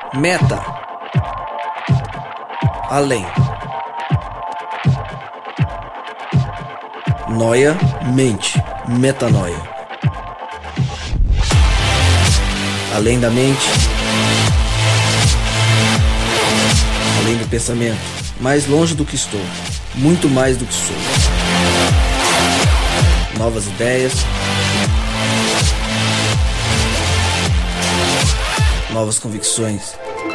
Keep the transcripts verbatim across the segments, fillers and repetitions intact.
Meta. Além. Noia, mente, metanoia. Além da mente, além do pensamento, mais longe do que estou, muito mais do que sou. Novas ideias, novas convicções.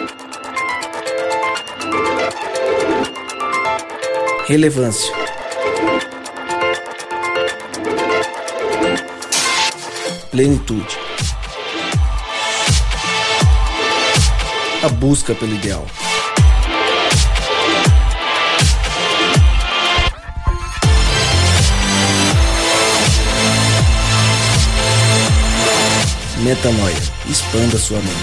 Relevância. Plenitude. A busca pelo ideal. Metanoia. Expanda sua mente.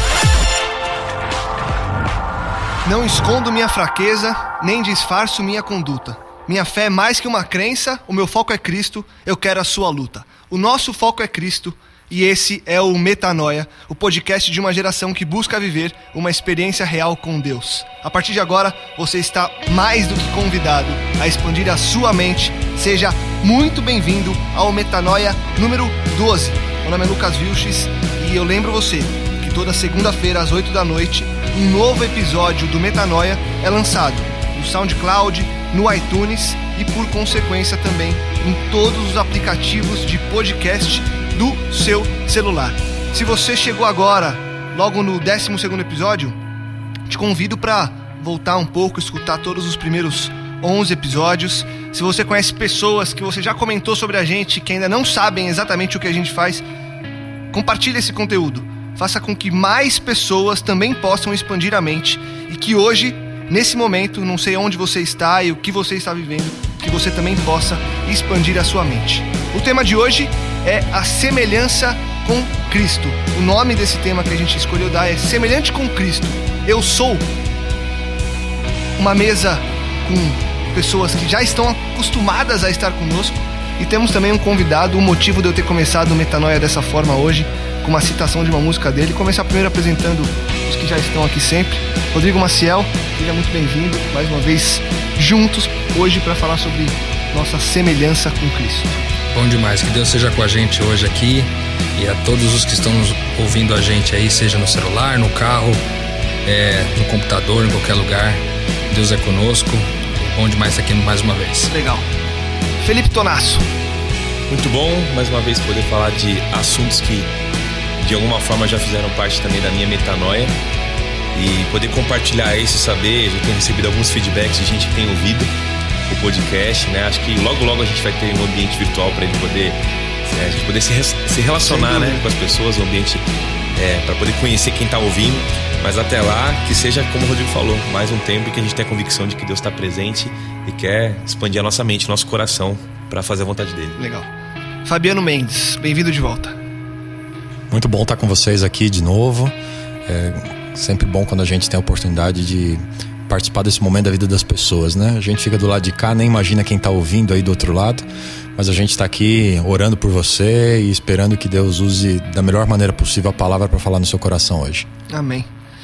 Não escondo minha fraqueza, nem disfarço minha conduta. Minha fé é mais que uma crença, o meu foco é Cristo, eu quero a sua luta. O nosso foco é Cristo e esse é o Metanoia, o podcast de uma geração que busca viver uma experiência real com Deus. A partir de agora, você está mais do que convidado a expandir a sua mente. Seja muito bem-vindo ao Metanoia número doze. Meu nome é Lucas Vilches e eu lembro você que toda segunda-feira às oito da noite, um novo episódio do Metanoia é lançado no SoundCloud, no iTunes e por consequência também em todos os aplicativos de podcast do seu celular. Se você chegou agora, logo no décimo segundo episódio, te convido para voltar um pouco, escutar todos os primeiros onze episódios. Se você conhece pessoas que você já comentou sobre a gente, que ainda não sabem exatamente o que a gente faz, compartilhe esse conteúdo. Faça com que mais pessoas também possam expandir a mente e que hoje, nesse momento, não sei onde você está e o que você está vivendo, que você também possa expandir a sua mente. O tema de hoje é a semelhança com Cristo. O nome desse tema que a gente escolheu dar é Semelhante com Cristo. Eu sou uma mesa com pessoas que já estão acostumadas a estar conosco e temos também um convidado. O motivo de eu ter começado o Metanoia dessa forma hoje, com uma citação de uma música dele. Começar primeiro apresentando os que já estão aqui sempre. Rodrigo Maciel, seja muito bem-vindo mais uma vez juntos hoje para falar sobre nossa semelhança com Cristo. Bom demais, que Deus seja com a gente hoje aqui e a todos os que estão nos ouvindo a gente aí, seja no celular, no carro, é, no computador, em qualquer lugar. Deus é conosco. Bom demais estar aqui mais uma vez. Legal. Felipe Tonasso. Muito bom, mais uma vez, poder falar de assuntos que de alguma forma já fizeram parte também da minha metanoia e poder compartilhar esse saber. Eu tenho recebido alguns feedbacks de gente que tem ouvido o podcast, né? Acho que logo logo a gente vai ter um ambiente virtual para ele poder, é, a gente poder se, se relacionar, né, com as pessoas, um ambiente é, para poder conhecer quem está ouvindo. Mas até lá, que seja, como o Rodrigo falou, mais um tempo em que a gente tem a convicção de que Deus está presente e quer expandir a nossa mente, nosso coração para fazer a vontade dele. Legal. Fabiano Mendes, bem-vindo de volta. Muito bom estar com vocês aqui de novo. É sempre bom quando a gente tem a oportunidade de participar desse momento da vida das pessoas, né? A gente fica do lado de cá, nem imagina quem está ouvindo aí do outro lado, mas a gente está aqui orando por você e esperando que Deus use da melhor maneira possível a palavra para falar no seu coração hoje. Amém.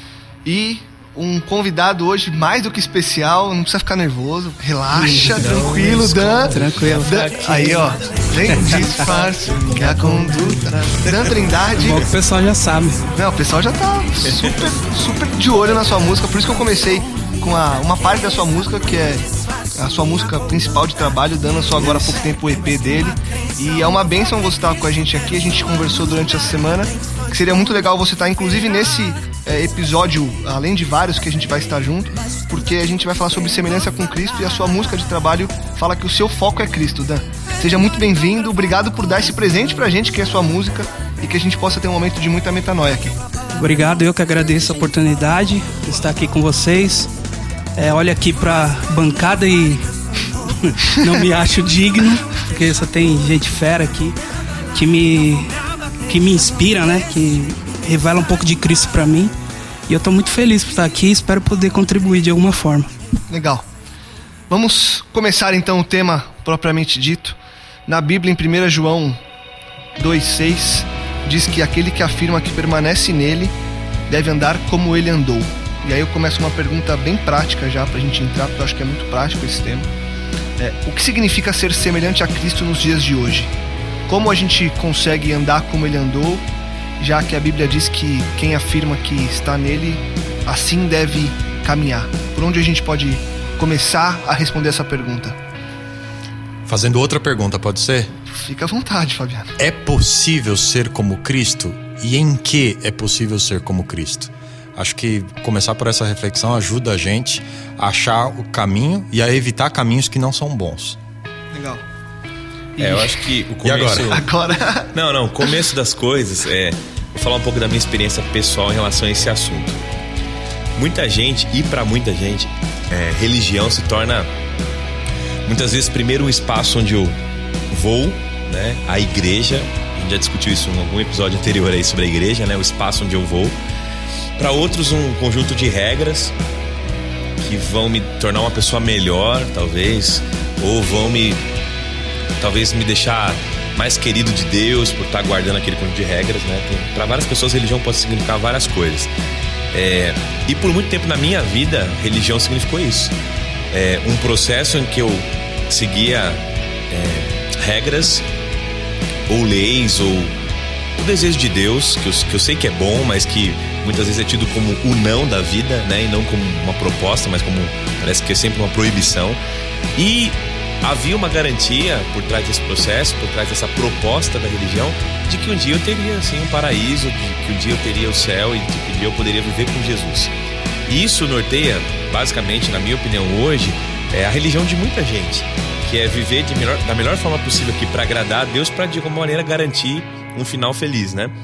E um convidado hoje mais do que especial, não precisa ficar nervoso, relaxa, não, tranquilo, Dan. Tranquilo. Dan, aí, ó, sem disfarce, que a conduta. Dan Trindade. Bom, o pessoal já sabe. Não, o pessoal já tá super, super de olho na sua música, por isso que eu comecei com a, uma parte da sua música, que é a sua música principal de trabalho. Dan lançou agora há pouco tempo o E P dele. E é uma bênção você estar com a gente aqui. A gente conversou durante essa semana que seria muito legal você estar, inclusive, nesse é, episódio, além de vários que a gente vai estar junto, porque a gente vai falar sobre semelhança com Cristo e a sua música de trabalho fala que o seu foco é Cristo, Dan. Seja muito bem-vindo, obrigado por dar esse presente pra gente, que é a sua música, e que a gente possa ter um momento de muita metanoia aqui. Obrigado, eu que agradeço a oportunidade de estar aqui com vocês. É, olha aqui pra bancada e não me acho digno, porque só tem gente fera aqui que me, que me inspira, né? Que revela um pouco de Cristo pra mim. E eu tô muito feliz por estar aqui e espero poder contribuir de alguma forma. Legal. Vamos começar então o tema propriamente dito. Na Bíblia, em primeiro João dois, seis, diz que aquele que afirma que permanece nele deve andar como ele andou. E aí eu começo uma pergunta bem prática já pra gente entrar, porque eu acho que é muito prático esse tema. É, o que significa ser semelhante a Cristo nos dias de hoje? Como a gente consegue andar como ele andou, já que a Bíblia diz que quem afirma que está nele, assim deve caminhar? Por onde a gente pode começar a responder essa pergunta? Fazendo outra pergunta, pode ser? Fica à vontade, Fabiano. É possível ser como Cristo? E em que é possível ser como Cristo? Acho que começar por essa reflexão ajuda a gente a achar o caminho e a evitar caminhos que não são bons. Legal. É, eu acho que o começo... E agora? Agora... Não, não, o começo das coisas é... Vou falar um pouco da minha experiência pessoal em relação a esse assunto. Muita gente, e pra muita gente, é, religião se torna muitas vezes primeiro um espaço onde eu vou, né? A igreja, a gente já discutiu isso em algum episódio anterior aí sobre a igreja, né? O espaço onde eu vou. Para outros, um conjunto de regras que vão me tornar uma pessoa melhor, talvez, ou vão me, talvez me deixar mais querido de Deus por estar guardando aquele conjunto de regras, né? Para várias pessoas, religião pode significar várias coisas. É, e por muito tempo na minha vida, religião significou isso. É, um processo em que eu seguia é, regras, ou leis, ou o desejo de Deus, que eu, que eu sei que é bom, mas que muitas vezes é tido como o não da vida, né? E não como uma proposta, mas como, parece que é sempre uma proibição. E havia uma garantia por trás desse processo, por trás dessa proposta da religião, de que um dia eu teria assim um paraíso, de que um dia eu teria o céu e de que um dia eu poderia viver com Jesus. E isso norteia, basicamente, na minha opinião hoje, é a religião de muita gente, que é viver de melhor, da melhor forma possível aqui para agradar a Deus, para de alguma maneira garantir um final feliz, né?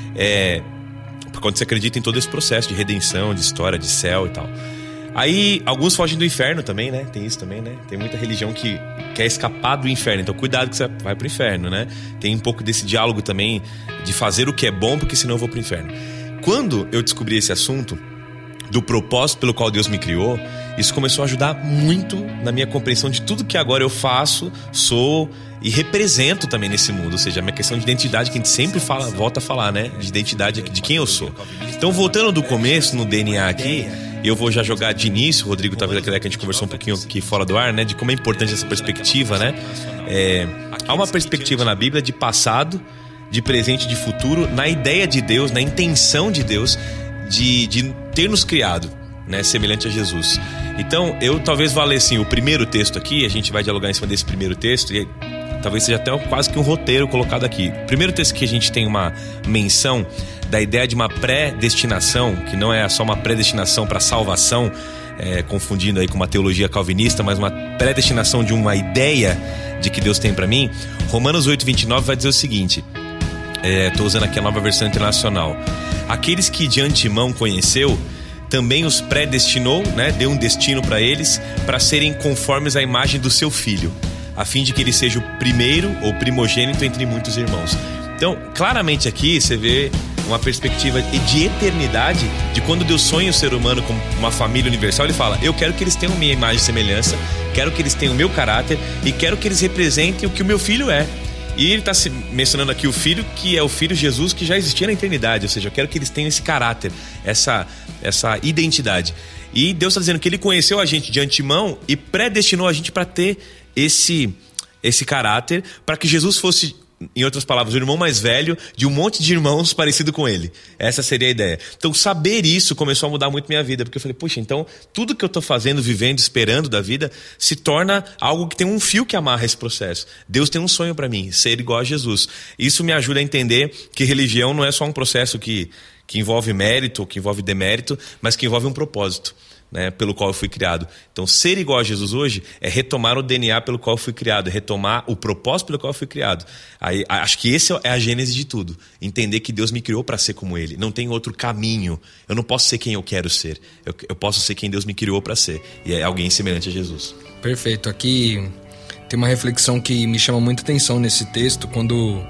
É, quando você acredita em todo esse processo de redenção, de história, de céu e tal. Aí, alguns fogem do inferno também, né? Tem isso também, né? Tem muita religião que quer escapar do inferno. Então, cuidado que você vai pro inferno, né? Tem um pouco desse diálogo também de fazer o que é bom, porque senão eu vou pro inferno. Quando eu descobri esse assunto do propósito pelo qual Deus me criou, isso começou a ajudar muito na minha compreensão de tudo que agora eu faço, sou e represento também nesse mundo. Ou seja, a minha questão de identidade, que a gente sempre fala, volta a falar, né? De identidade, de quem eu sou. Então, voltando do começo, no D N A aqui, eu vou já jogar de início, Rodrigo, talvez aquela que a gente conversou um pouquinho aqui fora do ar, né? De como é importante essa perspectiva, né? É, há uma perspectiva na Bíblia de passado, de presente e de futuro, na ideia de Deus, na intenção de Deus de, de ter nos criado, né? Semelhante a Jesus. Então, eu talvez vá ler assim, o primeiro texto aqui, a gente vai dialogar em cima desse primeiro texto, e talvez seja até quase que um roteiro colocado aqui. O primeiro texto que a gente tem uma menção da ideia de uma predestinação, que não é só uma predestinação para salvação, é, confundindo aí com uma teologia calvinista, mas uma predestinação de uma ideia de que Deus tem para mim. Romanos oito, vinte e nove vai dizer o seguinte, estou é, usando aqui a Nova Versão Internacional: aqueles que de antemão conheceu, também os predestinou, né, deu um destino para eles, para serem conformes à imagem do seu Filho, a fim de que ele seja o primeiro ou primogênito entre muitos irmãos. Então, claramente aqui você vê uma perspectiva de eternidade, de quando Deus sonha o ser humano como uma família universal. Ele fala, eu quero que eles tenham minha imagem e semelhança, quero que eles tenham o meu caráter e quero que eles representem o que o meu filho é. E ele está mencionando aqui o filho, que é o filho Jesus, que já existia na eternidade. Ou seja, eu quero que eles tenham esse caráter, essa, essa identidade. E Deus está dizendo que ele conheceu a gente de antemão e predestinou a gente para ter esse, esse caráter, para que Jesus fosse, em outras palavras, o irmão mais velho de um monte de irmãos parecido com ele. Essa seria a ideia. Então, saber isso começou a mudar muito minha vida, porque eu falei, puxa, então tudo que eu estou fazendo, vivendo, esperando da vida, se torna algo que tem um fio que amarra esse processo. Deus tem um sonho para mim, ser igual a Jesus. Isso me ajuda a entender que religião não é só um processo que, que envolve mérito, que envolve demérito, mas que envolve um propósito, né, pelo qual eu fui criado. Então, ser igual a Jesus hoje é retomar o D N A pelo qual eu fui criado, é retomar o propósito pelo qual eu fui criado. Aí, acho que esse é a gênese de tudo. Entender que Deus me criou para ser como Ele. Não tem outro caminho. Eu não posso ser quem eu quero ser. Eu, eu posso ser quem Deus me criou para ser. E é alguém semelhante a Jesus. Perfeito. Aqui tem uma reflexão que me chama muita atenção nesse texto, quando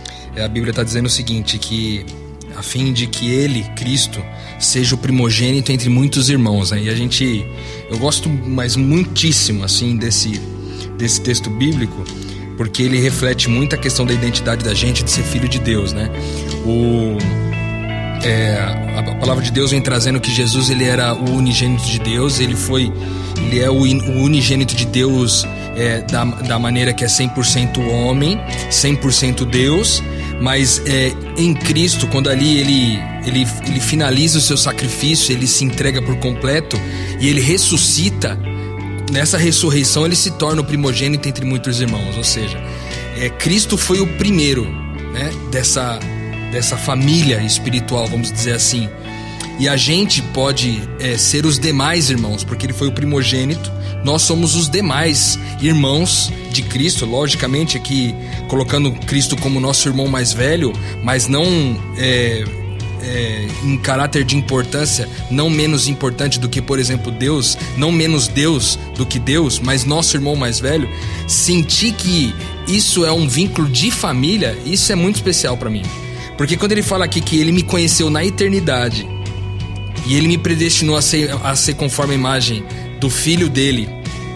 a Bíblia está dizendo o seguinte, que a fim de que ele, Cristo, seja o primogênito entre muitos irmãos, né? E a gente, eu gosto mas muitíssimo assim desse, desse texto bíblico, porque ele reflete muito a questão da identidade da gente, de ser filho de Deus, né? O, é, a palavra de Deus vem trazendo que Jesus ele era o unigênito de Deus, ele foi, ele é o, o unigênito de Deus é, da, da maneira que é cem por cento homem, cem por cento Deus, mas é, em Cristo, quando ali ele, ele, ele finaliza o seu sacrifício, ele se entrega por completo e ele ressuscita, nessa ressurreição ele se torna o primogênito entre muitos irmãos, ou seja, é, Cristo foi o primeiro, né, dessa, dessa família espiritual, vamos dizer assim. E a gente pode é, ser os demais irmãos, porque ele foi o primogênito. Nós somos os demais irmãos de Cristo, logicamente aqui colocando Cristo como nosso irmão mais velho, mas não é, é, em caráter de importância, não menos importante do que, por exemplo, Deus, não menos Deus do que Deus, mas nosso irmão mais velho. Sentir que isso é um vínculo de família, isso é muito especial para mim. Porque quando ele fala aqui que ele me conheceu na eternidade e ele me predestinou a ser, a ser conforme a imagem do filho dele,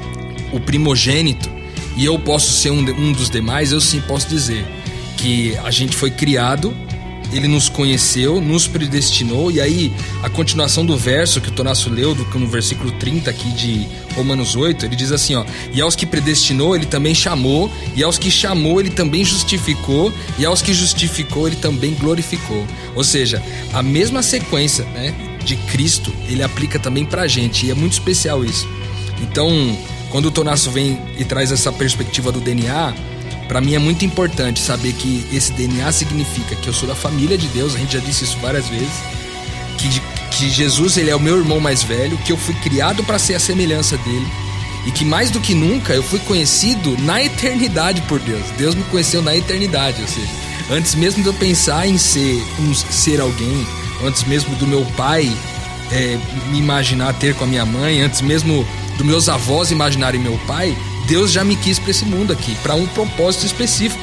o primogênito, e eu posso ser um, um dos demais, eu sim posso dizer que a gente foi criado, ele nos conheceu, nos predestinou. E aí a continuação do verso que o Tonasso leu, do, no versículo trinta aqui de Romanos oito, ele diz assim, ó: e aos que predestinou ele também chamou, e aos que chamou ele também justificou, e aos que justificou ele também glorificou. Ou seja, a mesma sequência, né, de Cristo ele aplica também pra gente, e é muito especial isso. Então, quando o Tonasso vem e traz essa perspectiva do D N A, para mim é muito importante saber que esse D N A significa que eu sou da família de Deus. A gente já disse isso várias vezes, que, que Jesus ele é o meu irmão mais velho, que eu fui criado para ser a semelhança dele, e que mais do que nunca eu fui conhecido na eternidade por Deus. Deus me conheceu na eternidade, ou seja, antes mesmo de eu pensar em ser, um, ser alguém, antes mesmo do meu pai é, me imaginar ter com a minha mãe, antes mesmo dos meus avós imaginarem meu pai, Deus já me quis para esse mundo aqui, para um propósito específico.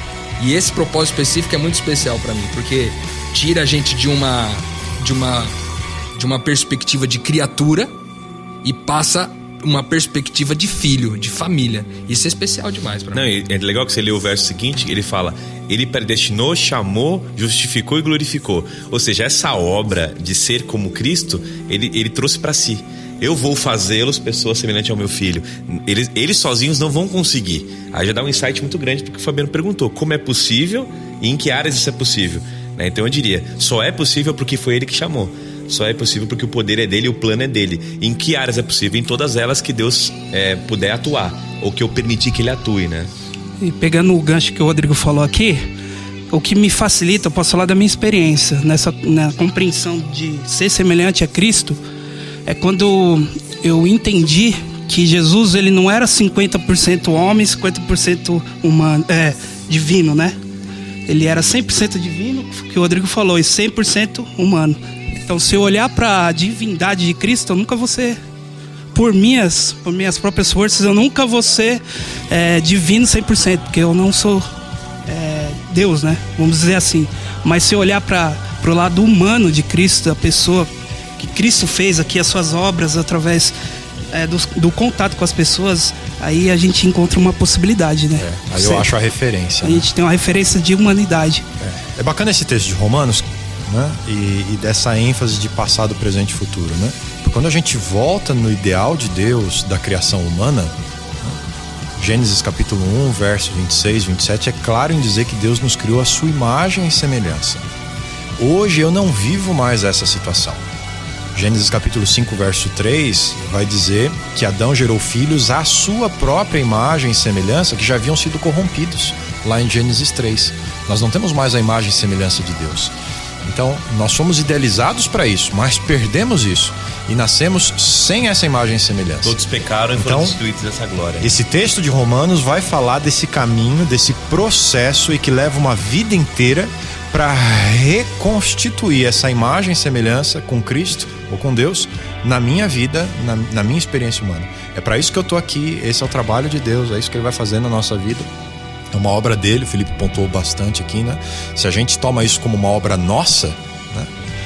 E esse propósito específico é muito especial para mim, porque tira a gente de uma, de uma, de uma perspectiva de criatura e passa uma perspectiva de filho, de família. Isso é especial demais para mim. Não, é legal que você lê o verso seguinte, ele fala: ele predestinou, chamou, justificou e glorificou. Ou seja, essa obra de ser como Cristo, ele, ele trouxe para si. Eu vou fazê-los pessoas semelhantes ao meu filho. Eles, eles sozinhos não vão conseguir. Aí já dá um insight muito grande, porque o Fabiano perguntou como é possível e em que áreas isso é possível, né? Então eu diria, só é possível porque foi ele que chamou. Só é possível porque o poder é dele e o plano é dele. Em que áreas é possível? Em todas elas que Deus é, puder atuar, ou que eu permitir que ele atue, né? E pegando o gancho que o Rodrigo falou aqui, o que me facilita, eu posso falar da minha experiência nessa na compreensão de ser semelhante a Cristo, é quando eu entendi que Jesus ele não era cinquenta por cento homem, cinquenta por cento humano, é, divino, né? Ele era cem por cento divino, que o Rodrigo falou, e cem por cento humano. Então, se eu olhar para a divindade de Cristo, eu nunca vou ser, por minhas, por minhas próprias forças, eu nunca vou ser é, divino cem por cento, porque eu não sou é, Deus, né? Vamos dizer assim. Mas se eu olhar para o lado humano de Cristo, a pessoa que Cristo fez aqui, as suas obras, através é, do, do contato com as pessoas, aí a gente encontra uma possibilidade, né? É, aí eu Sim. acho a referência. A né? gente tem uma referência de humanidade. É, é bacana esse texto de Romanos, né? E, e dessa ênfase de passado, presente e futuro, né? Porque quando a gente volta no ideal de Deus da criação humana, né? Gênesis capítulo um, verso vinte e seis, vinte e sete, é claro em dizer que Deus nos criou a sua imagem e semelhança. Hoje eu não vivo mais essa situação. Gênesis capítulo cinco, verso três, vai dizer que Adão gerou filhos à sua própria imagem e semelhança, que já haviam sido corrompidos, lá em Gênesis três. Nós não temos mais a imagem e semelhança de Deus. Então, nós somos idealizados para isso, mas perdemos isso e nascemos sem essa imagem e semelhança. Todos pecaram e então, foram destituídos dessa glória. Esse texto de Romanos vai falar desse caminho, desse processo, e que leva uma vida inteira para reconstituir essa imagem e semelhança com Cristo ou com Deus na minha vida, na, na minha experiência humana. É para isso que eu tô aqui, esse é o trabalho de Deus, é isso que Ele vai fazer na nossa vida. É uma obra dele, o Felipe pontuou bastante aqui, né? Se a gente toma isso como uma obra nossa, né?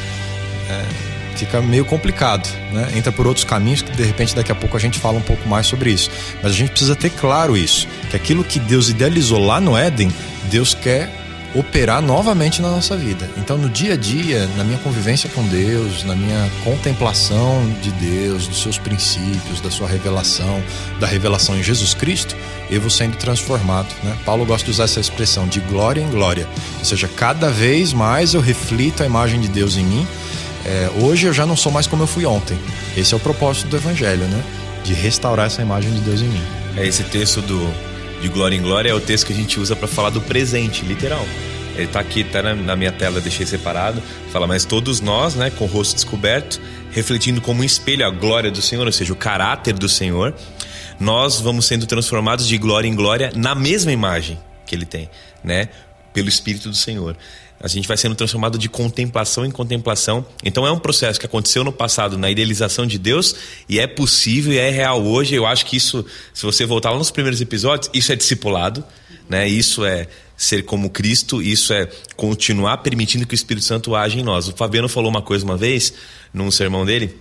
É, fica meio complicado, né? Entra por outros caminhos que de repente daqui a pouco a gente fala um pouco mais sobre isso. Mas a gente precisa ter claro isso, que aquilo que Deus idealizou lá no Éden, Deus quer operar novamente na nossa vida. Então, no dia a dia, na minha convivência com Deus, na minha contemplação de Deus, dos seus princípios, da sua revelação, da revelação em Jesus Cristo, eu vou sendo transformado, né? Paulo gosta de usar essa expressão de glória em glória, ou seja, cada vez mais eu reflito a imagem de Deus em mim. É, hoje eu já não sou mais como eu fui ontem. Esse é o propósito do Evangelho, né? De restaurar essa imagem de Deus em mim. É, esse texto do de glória em glória é o texto que a gente usa para falar do presente, literal. Ele tá aqui, tá na, na minha tela, deixei separado. Fala, mas todos nós, né, com o rosto descoberto, refletindo como um espelho a glória do Senhor, ou seja, o caráter do Senhor, nós vamos sendo transformados de glória em glória na mesma imagem que Ele tem, né, pelo Espírito do Senhor. A gente vai sendo transformado de contemplação em contemplação. Então é um processo que aconteceu no passado na idealização de Deus e é possível e é real hoje. Eu acho que isso, se você voltar lá nos primeiros episódios, isso é discipulado, né? Isso é ser como Cristo, isso é continuar permitindo que o Espírito Santo age em nós. O Fabiano falou uma coisa uma vez, num sermão dele,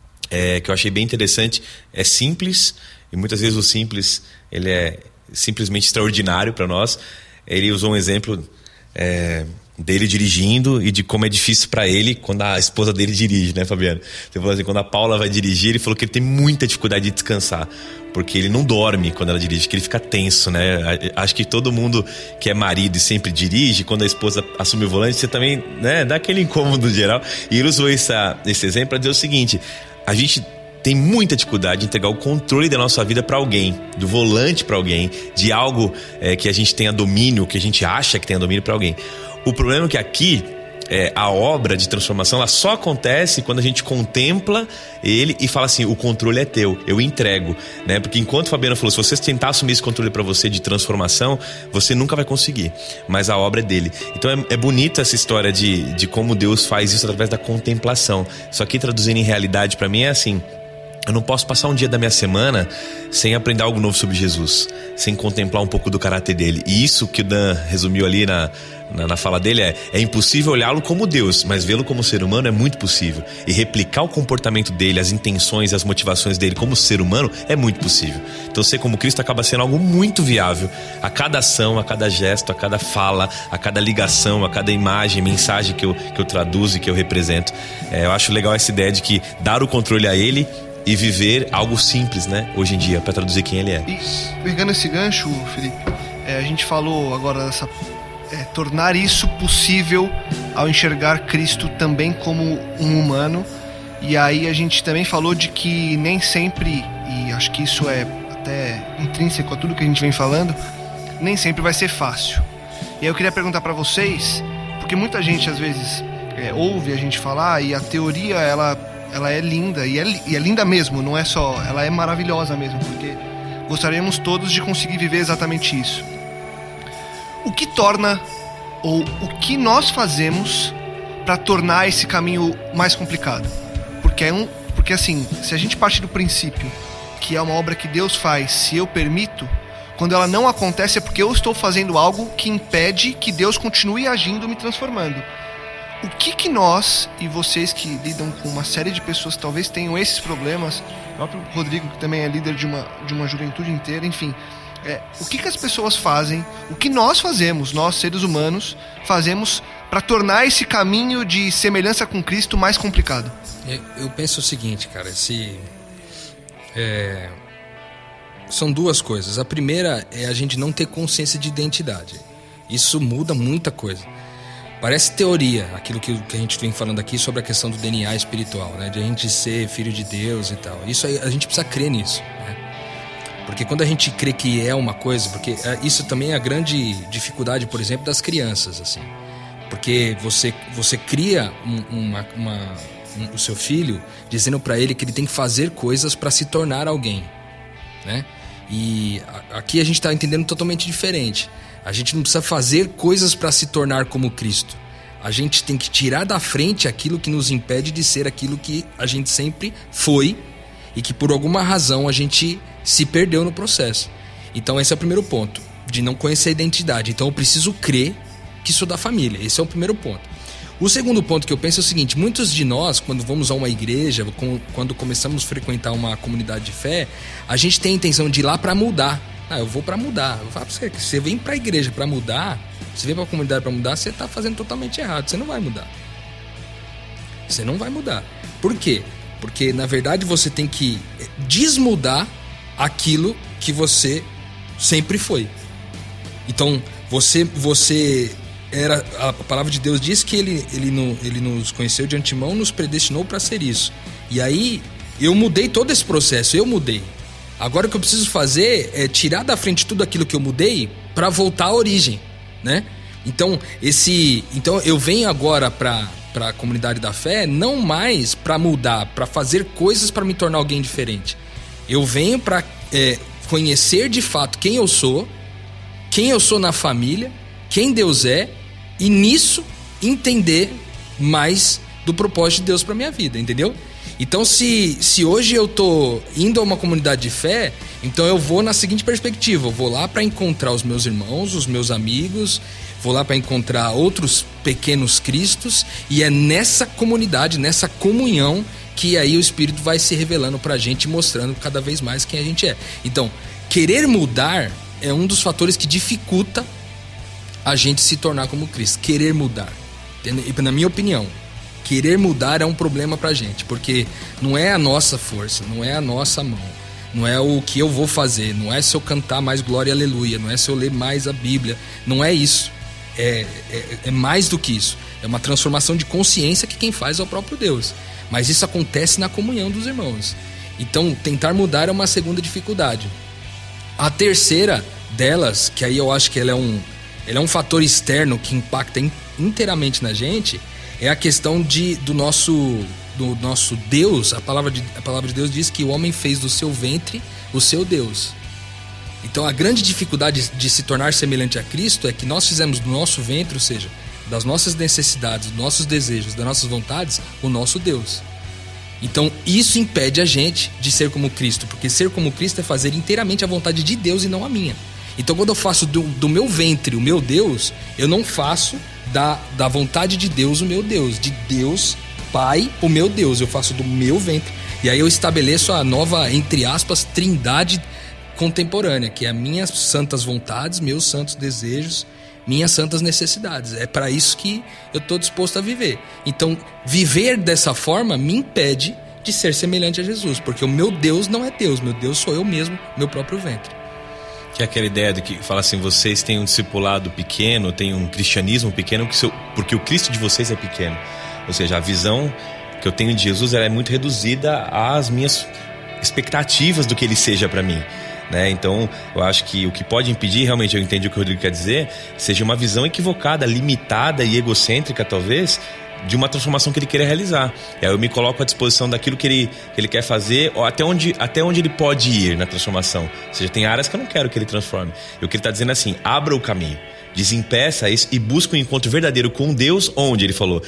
é, que eu achei bem interessante. É simples, e muitas vezes o simples ele é simplesmente extraordinário para nós. Ele usou um exemplo... É, dele dirigindo e de como é difícil pra ele quando a esposa dele dirige, né, Fabiano? Você falou assim, quando a Paula vai dirigir, ele falou que ele tem muita dificuldade de descansar, porque ele não dorme quando ela dirige, que ele fica tenso, né? Acho que todo mundo que é marido e sempre dirige, quando a esposa assume o volante, você também, né, dá aquele incômodo geral. E ele usou essa, esse exemplo pra dizer o seguinte: a gente tem muita dificuldade de entregar o controle da nossa vida para alguém, do volante para alguém, de algo é, que a gente tenha domínio, que a gente acha que tenha domínio para alguém. O problema é que aqui, é, a obra de transformação, ela só acontece quando a gente contempla ele e fala assim, o controle é teu, eu entrego, né? Porque enquanto o Fabiano falou, se você tentar assumir esse controle para você de transformação, você nunca vai conseguir, mas a obra é dele. Então é, é bonita essa história de, de como Deus faz isso através da contemplação. Só que traduzindo em realidade para mim é assim: eu não posso passar um dia da minha semana sem aprender algo novo sobre Jesus, sem contemplar um pouco do caráter dele. E isso que o Dan resumiu ali na, na, na fala dele é, é impossível olhá-lo como Deus, mas vê-lo como ser humano é muito possível. E replicar o comportamento dele, as intenções, as motivações dele como ser humano é muito possível. Então ser como Cristo acaba sendo algo muito viável. A cada ação, a cada gesto, a cada fala, a cada ligação, a cada imagem, mensagem que eu, que eu traduzo e que eu represento. É, eu acho legal essa ideia de que dar o controle a ele e viver algo simples, né, hoje em dia, para traduzir quem ele é. E pegando esse gancho, Felipe, é, a gente falou agora dessa é, tornar isso possível ao enxergar Cristo também como um humano. E aí a gente também falou de que nem sempre, e acho que isso é até intrínseco a tudo que a gente vem falando, nem sempre vai ser fácil. E aí eu queria perguntar para vocês, porque muita gente às vezes é, ouve a gente falar e a teoria ela ela é linda, e é, e é linda mesmo, não é só, ela é maravilhosa mesmo, porque gostaríamos todos de conseguir viver exatamente isso. O que torna, ou o que nós fazemos para tornar esse caminho mais complicado? Porque, é um, porque assim, se a gente parte do princípio que é uma obra que Deus faz, se eu permito, quando ela não acontece é porque eu estou fazendo algo que impede que Deus continue agindo, me transformando. O que que nós, e vocês que lidam com uma série de pessoas que talvez tenham esses problemas, o próprio Rodrigo, que também é líder de uma, de uma juventude inteira, enfim, é, o que que as pessoas fazem, o que nós fazemos, nós seres humanos, fazemos para tornar esse caminho de semelhança com Cristo mais complicado? Eu penso o seguinte, cara, se, é, são duas coisas. A primeira é a gente não ter consciência de identidade. Isso muda muita coisa. Parece teoria, aquilo que a gente vem falando aqui sobre a questão do D N A espiritual, né? De a gente ser filho de Deus e tal. Isso aí, a gente precisa crer nisso, né? Porque quando a gente crê que é uma coisa, porque isso também é a grande dificuldade, por exemplo, das crianças, assim. Porque você, você cria um, uma, uma, um, o seu filho dizendo para ele que ele tem que fazer coisas para se tornar alguém, né? E aqui a gente está entendendo totalmente diferente. A gente não precisa fazer coisas para se tornar como Cristo. A gente tem que tirar da frente aquilo que nos impede de ser aquilo que a gente sempre foi e que por alguma razão a gente se perdeu no processo. Então esse é o primeiro ponto, de não conhecer a identidade. Então eu preciso crer que sou da família. Esse é o primeiro ponto. O segundo ponto que eu penso é o seguinte: muitos de nós, quando vamos a uma igreja, quando começamos a frequentar uma comunidade de fé, a gente tem a intenção de ir lá para mudar. Ah, eu vou pra mudar. Eu falo pra você que você vem pra igreja pra mudar, você vem pra comunidade pra mudar, você tá fazendo totalmente errado. Você não vai mudar. Você não vai mudar. Por quê? Porque, na verdade, você tem que desmudar aquilo que você sempre foi. Então, você... você era, a palavra de Deus diz que ele, ele, no, ele nos conheceu de antemão, nos predestinou para ser isso. E aí, eu mudei todo esse processo, eu mudei. Agora o que eu preciso fazer é tirar da frente tudo aquilo que eu mudei para voltar à origem, né? Então, esse, então eu venho agora para para a comunidade da fé, não mais para mudar, para fazer coisas para me tornar alguém diferente. Eu venho para é, conhecer de fato quem eu sou, quem eu sou na família, quem Deus é, e nisso entender mais do propósito de Deus para minha vida, entendeu? Então, se, se hoje eu tô indo a uma comunidade de fé, então eu vou na seguinte perspectiva: eu vou lá para encontrar os meus irmãos, os meus amigos, vou lá para encontrar outros pequenos cristos, e é nessa comunidade, nessa comunhão, que aí o Espírito vai se revelando pra gente, mostrando cada vez mais quem a gente é. Então, querer mudar é um dos fatores que dificulta a gente se tornar como Cristo. Querer mudar. E, na minha opinião, querer mudar é um problema pra gente, porque não é a nossa força, não é a nossa mão, não é o que eu vou fazer, não é se eu cantar mais glória e aleluia, não é se eu ler mais a Bíblia, não é isso. É, é, é mais do que isso. É uma transformação de consciência que quem faz é o próprio Deus. Mas isso acontece na comunhão dos irmãos. Então, tentar mudar é uma segunda dificuldade. A terceira delas, que aí eu acho que ela é um, ela é um fator externo que impacta inteiramente na gente, é a questão de, do, nosso, do nosso Deus. A palavra, de, a palavra de Deus diz que o homem fez do seu ventre o seu Deus. Então a grande dificuldade de se tornar semelhante a Cristo é que nós fizemos do nosso ventre, ou seja, das nossas necessidades, dos nossos desejos, das nossas vontades, o nosso Deus. Então isso impede a gente de ser como Cristo, porque ser como Cristo é fazer inteiramente a vontade de Deus e não a minha. Então quando eu faço do, do meu ventre o meu Deus, eu não faço da, da vontade de Deus o meu Deus, de Deus Pai o meu Deus, eu faço do meu ventre. E aí eu estabeleço a nova, entre aspas, trindade contemporânea, que é minhas santas vontades, meus santos desejos, minhas santas necessidades. É para isso que eu estou disposto a viver. Então, viver dessa forma me impede de ser semelhante a Jesus, porque o meu Deus não é Deus, meu Deus sou eu mesmo, meu próprio ventre. Que é aquela ideia de que fala assim: vocês têm um discipulado pequeno, têm um cristianismo pequeno, porque o Cristo de vocês é pequeno. Ou seja, a visão que eu tenho de Jesus, ela é muito reduzida às minhas expectativas do que ele seja para mim. Né? Então, eu acho que o que pode impedir, realmente, eu entendi o que o Rodrigo quer dizer, seja uma visão equivocada, limitada e egocêntrica, talvez, de uma transformação que ele queira realizar. E aí eu me coloco à disposição daquilo que ele, que ele quer fazer, ou até onde, até onde ele pode ir na transformação. Ou seja, tem áreas que eu não quero que ele transforme. E o que ele está dizendo é assim: abra o caminho, desempeça isso e busca um encontro verdadeiro com Deus, onde ele falou...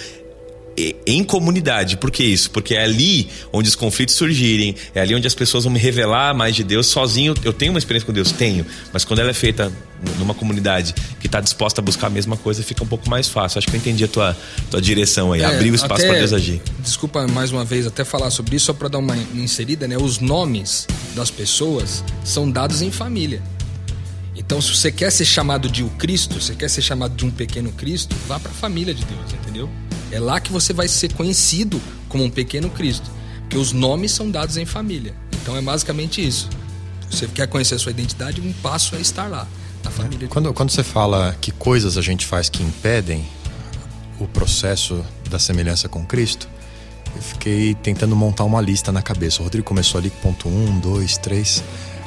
em comunidade. Por que isso? Porque é ali onde os conflitos surgirem, é ali onde as pessoas vão me revelar mais de Deus. Sozinho eu tenho uma experiência com Deus? Tenho, mas quando ela é feita numa comunidade que está disposta a buscar a mesma coisa, fica um pouco mais fácil. Acho que eu entendi a tua, tua direção aí, é, abrir o espaço para Deus agir. Desculpa mais uma vez até falar sobre isso, só para dar uma inserida, né? Os nomes das pessoas são dados em família. Então, se você quer ser chamado de o Cristo, você quer ser chamado de um pequeno Cristo, vá para a família de Deus, entendeu? É lá que você vai ser conhecido como um pequeno Cristo, porque os nomes são dados em família. Então é basicamente isso. Se você quer conhecer a sua identidade, um passo é estar lá, na família. Quando, quando você fala que coisas a gente faz que impedem o processo da semelhança com Cristo, eu fiquei tentando montar uma lista na cabeça. O Rodrigo começou ali com ponto um, dois, três.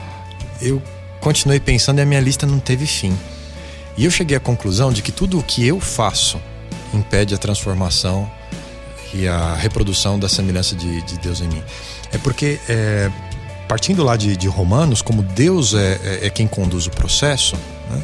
Eu continuei pensando e a minha lista não teve fim. E eu cheguei à conclusão de que tudo o que eu faço impede a transformação e a reprodução da semelhança de, de Deus em mim. É porque, é, partindo lá de, de Romanos, como Deus é, é, é quem conduz o processo, né,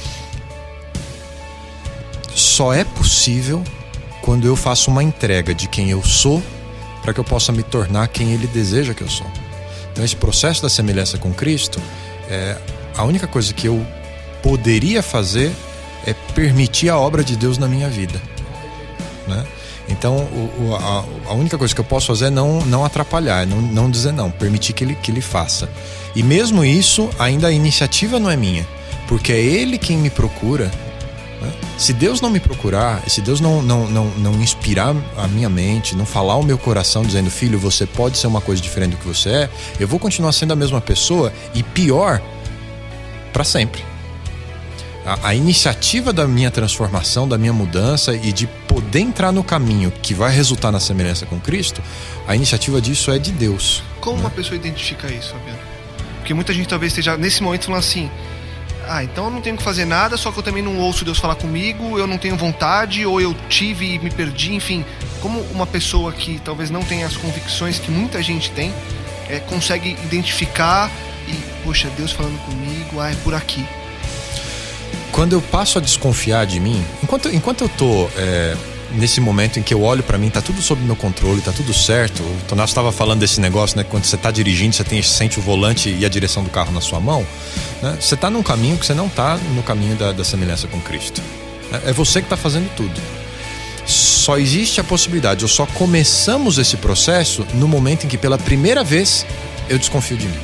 só é possível quando eu faço uma entrega de quem eu sou para que eu possa me tornar quem Ele deseja que eu sou. Então esse processo da semelhança com Cristo, é, a única coisa que eu poderia fazer é permitir a obra de Deus na minha vida. Né? Então o, o, a, a única coisa que eu posso fazer é não, não atrapalhar, não, não dizer não, permitir que ele, que ele faça. E mesmo isso, ainda a iniciativa não é minha, porque é Ele quem me procura. Se Deus não me procurar, se Deus não, não, não, não inspirar a minha mente, não falar o meu coração dizendo, filho, você pode ser uma coisa diferente do que você é, eu vou continuar sendo a mesma pessoa e pior, para sempre. A, a iniciativa da minha transformação, da minha mudança e de poder entrar no caminho que vai resultar na semelhança com Cristo, a iniciativa disso é de Deus. Como né? uma pessoa identifica isso, Fabiano? Porque muita gente talvez esteja nesse momento falando assim, ah, então eu não tenho que fazer nada, só que eu também não ouço Deus falar comigo, eu não tenho vontade, ou eu tive e me perdi, enfim. Como uma pessoa que talvez não tenha as convicções que muita gente tem, é, consegue identificar e, poxa, Deus falando comigo, ah, é por aqui. Quando eu passo a desconfiar de mim, enquanto, enquanto eu tô é, nesse momento em que eu olho pra mim, tá tudo sob meu controle, tá tudo certo. O Tonás estava falando desse negócio, né? Quando você tá dirigindo, você tem, sente o volante e a direção do carro na sua mão, né? Você tá num caminho que você não tá no caminho da, da semelhança com Cristo. É você que tá fazendo tudo. Só existe a possibilidade, ou só começamos esse processo no momento em que pela primeira vez eu desconfio de mim.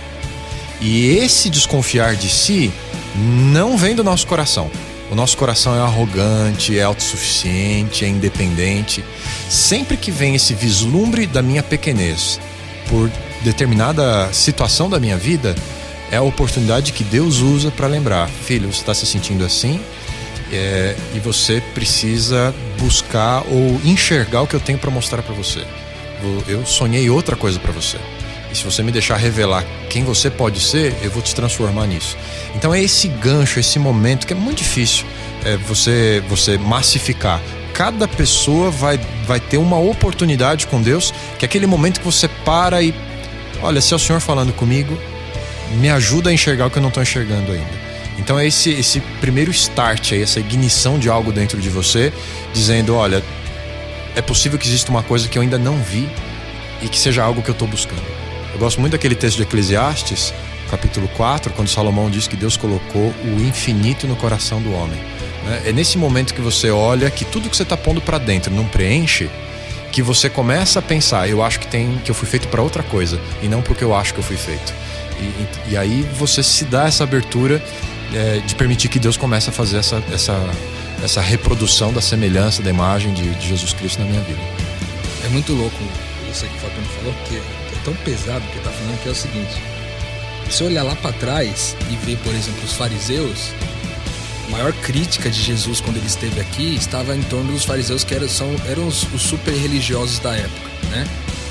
E esse desconfiar de si não vem do nosso coração. O nosso coração é arrogante, é autossuficiente, é independente. Sempre que vem esse vislumbre da minha pequenez por determinada situação da minha vida, é a oportunidade que Deus usa para lembrar, filho, você está se sentindo assim é, e você precisa buscar ou enxergar o que eu tenho para mostrar para você. Eu sonhei outra coisa para você. E se você me deixar revelar quem você pode ser, eu vou te transformar nisso. Então é esse gancho, esse momento que é muito difícil é, você, você massificar. Cada pessoa vai, vai ter uma oportunidade com Deus, que é aquele momento que você para e... Olha, se é o Senhor falando comigo, me ajuda a enxergar o que eu não estou enxergando ainda. Então é esse, esse primeiro start, aí, essa ignição de algo dentro de você, dizendo, olha, é possível que exista uma coisa que eu ainda não vi e que seja algo que eu estou buscando. Eu gosto muito daquele texto de Eclesiastes, capítulo quatro, quando Salomão diz que Deus colocou o infinito no coração do homem. É nesse momento que você olha que tudo que você está pondo para dentro não preenche, que você começa a pensar, eu acho que, tem, que eu fui feito para outra coisa e não porque eu acho que eu fui feito. E, e, e aí você se dá essa abertura é, de permitir que Deus comece a fazer essa, essa, essa reprodução da semelhança, da imagem de, de Jesus Cristo na minha vida. É muito louco isso aí que o Fabiano falou, porque é tão pesado que ele está falando, que é o seguinte: se você olhar lá para trás e ver, por exemplo, os fariseus, a maior crítica de Jesus quando ele esteve aqui estava em torno dos fariseus, que eram, são, eram os, os super religiosos da época, né?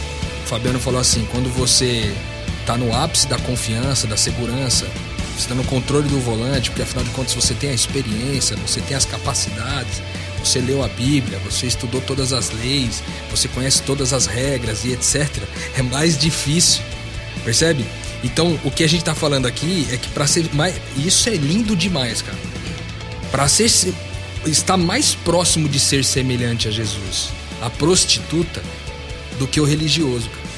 O Fabiano falou assim: quando você está no ápice da confiança, da segurança, você está no controle do volante, porque afinal de contas você tem a experiência, você tem as capacidades, você leu a Bíblia, você estudou todas as leis, você conhece todas as regras e etcétera. É mais difícil, percebe? Então, o que a gente está falando aqui é que para ser mais... Isso é lindo demais, cara. Para ser estar mais próximo de ser semelhante a Jesus, a prostituta, do que o religioso, cara.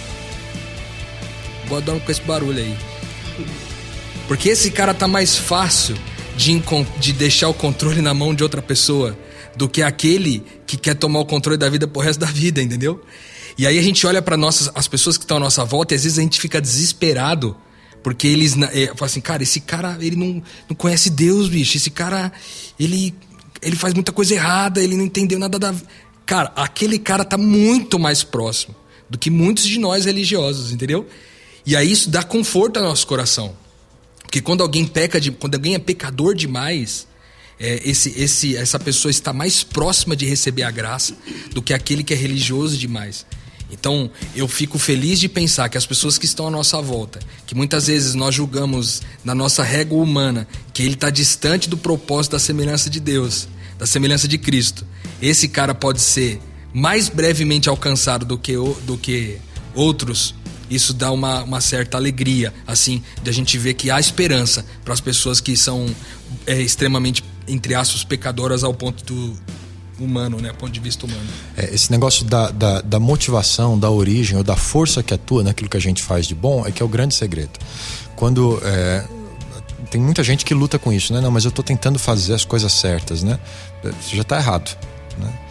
Vou dar com esse barulho aí. Porque esse cara tá mais fácil de, de deixar o controle na mão de outra pessoa do que aquele que quer tomar o controle da vida pro resto da vida, entendeu? E aí a gente olha para nossas, as pessoas que estão à nossa volta e às vezes a gente fica desesperado, porque eles é, falam assim, cara, esse cara, ele não, não conhece Deus, bicho, esse cara, ele, ele faz muita coisa errada, ele não entendeu nada da... Cara, aquele cara tá muito mais próximo do que muitos de nós religiosos, entendeu? E aí isso dá conforto ao nosso coração. Porque quando alguém peca, de, quando alguém é pecador demais, é, esse, esse, essa pessoa está mais próxima de receber a graça do que aquele que é religioso demais. Então, eu fico feliz de pensar que as pessoas que estão à nossa volta, que muitas vezes nós julgamos na nossa régua humana, que ele está distante do propósito da semelhança de Deus, da semelhança de Cristo, esse cara pode ser mais brevemente alcançado do que, do que outros. Isso dá uma, uma certa alegria, assim, de a gente ver que há esperança para as pessoas que são é, extremamente, entre aspas, pecadoras ao ponto do humano, né? Ponto de vista humano. É, esse negócio da, da, da motivação, da origem ou da força que atua naquilo que a gente faz de bom é que é o grande segredo. Quando é, tem muita gente que luta com isso, né? Não, mas eu estou tentando fazer as coisas certas, né? Você já está errado, né?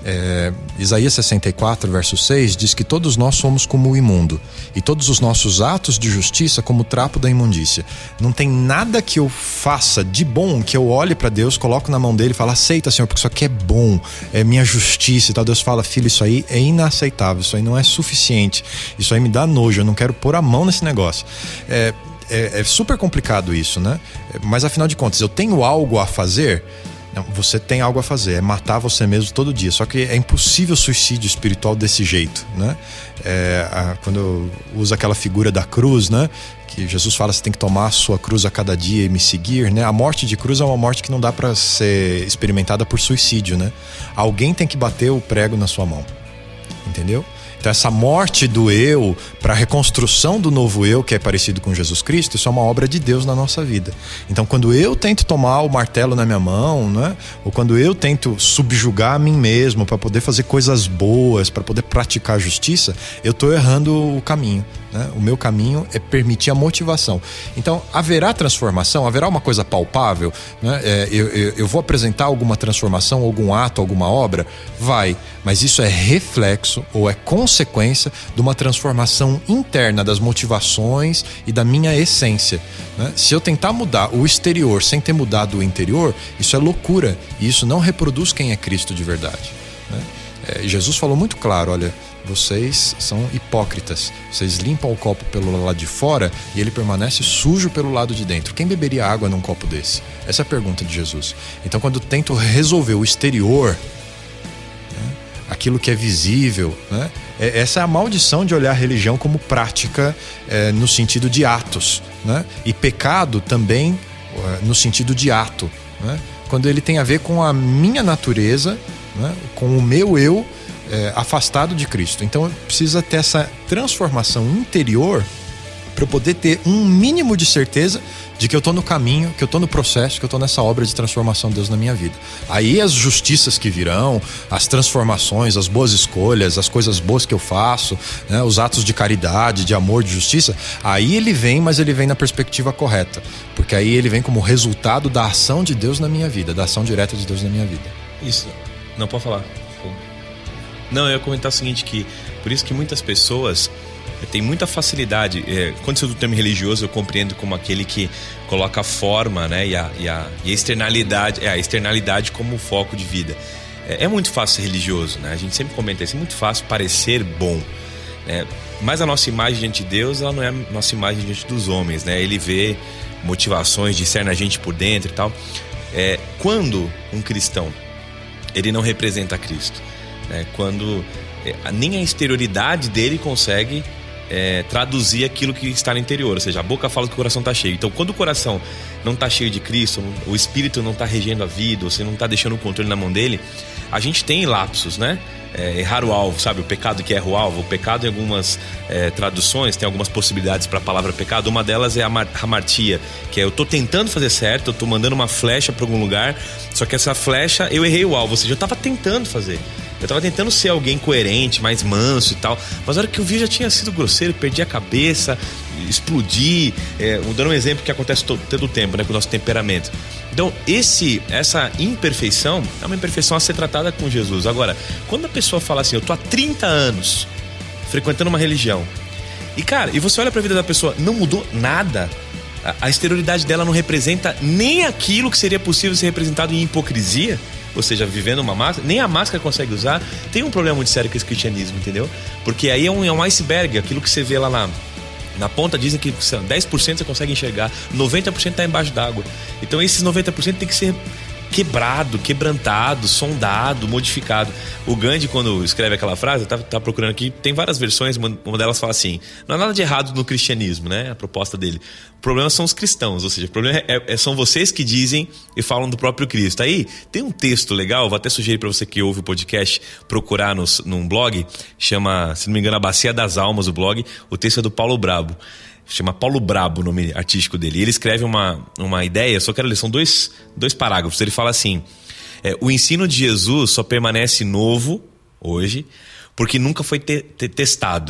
É, Isaías sessenta e quatro, verso seis, diz que todos nós somos como o imundo, e todos os nossos atos de justiça como o trapo da imundícia. Não tem nada que eu faça de bom que eu olhe para Deus, coloco na mão dele e falo: aceita, Senhor, porque isso aqui é bom, é minha justiça e tal. Deus fala: filho, isso aí é inaceitável, isso aí não é suficiente, isso aí me dá nojo, eu não quero pôr a mão nesse negócio. É, é, é super complicado isso, né? Mas afinal de contas, eu tenho algo a fazer? Não, você tem algo a fazer, é matar você mesmo todo dia. Só que é impossível suicídio espiritual desse jeito, né? É, a, quando eu uso aquela figura da cruz, né? Que Jesus fala: você tem que tomar a sua cruz a cada dia e me seguir, né? A morte de cruz é uma morte que não dá para ser experimentada por suicídio, né? Alguém tem que bater o prego na sua mão, entendeu? Então essa morte do eu para a reconstrução do novo eu, que é parecido com Jesus Cristo, isso é uma obra de Deus na nossa vida. Então quando eu tento tomar o martelo na minha mão, né? Ou quando eu tento subjugar a mim mesmo para poder fazer coisas boas, para poder praticar a justiça, eu estou errando o caminho, né? O meu caminho é permitir a motivação. Então haverá transformação, haverá uma coisa palpável, né? É, eu, eu, eu vou apresentar alguma transformação, algum ato, alguma obra? Vai, mas isso é reflexo ou é consequência de uma transformação interna das motivações e da minha essência, né? Se eu tentar mudar o exterior sem ter mudado o interior, isso é loucura, e isso não reproduz quem é Cristo de verdade, né? É, Jesus falou muito claro: olha, vocês são hipócritas, vocês limpam o copo pelo lado de fora e ele permanece sujo pelo lado de dentro. Quem beberia água num copo desse? Essa é a pergunta de Jesus. Então quando eu tento resolver o exterior, aquilo que é visível, né? Essa é a maldição de olhar a religião como prática, é, no sentido de atos, né? E pecado também é, no sentido de ato, né? Quando ele tem a ver com a minha natureza, né? Com o meu eu é, afastado de Cristo. Então precisa ter essa transformação interior para eu poder ter um mínimo de certeza de que eu estou no caminho, que eu estou no processo, que eu estou nessa obra de transformação de Deus na minha vida. Aí as justiças que virão, as transformações, as boas escolhas, as coisas boas que eu faço, né, os atos de caridade, de amor, de justiça, aí ele vem, mas ele vem na perspectiva correta, porque aí ele vem como resultado da ação de Deus na minha vida, da ação direta de Deus na minha vida. Isso, não pode falar. Não, eu ia comentar o seguinte, que por isso que muitas pessoas tem muita facilidade. É, quando você usa o termo religioso, eu compreendo como aquele que coloca a forma, né, e, a, e, a, e a externalidade, é, a externalidade como foco de vida. É, é muito fácil ser religioso, né? A gente sempre comenta isso, é muito fácil parecer bom, né? Mas a nossa imagem diante de Deus, ela não é a nossa imagem diante dos homens, né? Ele vê motivações, discerne a gente por dentro e tal. É, quando um cristão, ele não representa Cristo, né? Quando é, nem a exterioridade dele consegue É, traduzir aquilo que está no interior, ou seja, a boca fala que o coração está cheio. Então quando o coração não está cheio de Cristo, o Espírito não está regendo a vida, você não está deixando o controle na mão dele, a gente tem lapsos, né? É, errar o alvo, sabe? O pecado que erra o alvo. O pecado, em algumas é, traduções, tem algumas possibilidades para a palavra pecado. Uma delas é a hamartia, que é: eu estou tentando fazer certo, eu estou mandando uma flecha para algum lugar, só que essa flecha eu errei o alvo, ou seja, eu estava tentando fazer. Eu tava tentando ser alguém coerente, mais manso e tal, mas a hora que eu vi já tinha sido grosseiro, perdi a cabeça, explodi, é, dando um exemplo que acontece todo, todo o tempo, né, com o nosso temperamento. Então esse, essa imperfeição é uma imperfeição a ser tratada com Jesus. Agora, quando a pessoa fala assim: eu tô há trinta anos frequentando uma religião, e cara, e você olha pra vida da pessoa, não mudou nada, a, a exterioridade dela não representa nem aquilo que seria possível ser representado em hipocrisia, ou seja, vivendo uma máscara, nem a máscara consegue usar, tem um problema muito sério com esse cristianismo, entendeu? Porque aí é um, é um iceberg, aquilo que você vê lá na, na ponta, dizem que dez por cento você consegue enxergar, noventa por cento está embaixo d'água. Então esses noventa por cento tem que ser quebrado, quebrantado, sondado, modificado. O Gandhi, quando escreve aquela frase, tá, tá procurando aqui, tem várias versões, uma delas fala assim: não há nada de errado no cristianismo, né? A proposta dele. O problema são os cristãos, ou seja, o problema é, é, são vocês que dizem e falam do próprio Cristo. Aí tem um texto legal, vou até sugerir para você que ouve o podcast procurar nos, num blog, chama, se não me engano, A Bacia das Almas, o blog. O texto é do Paulo Brabo. Chama Paulo Brabo, o nome artístico dele. E ele escreve uma, uma ideia, só quero ler, são dois, dois parágrafos. Ele fala assim: é, o ensino de Jesus só permanece novo hoje porque nunca foi te, te, testado.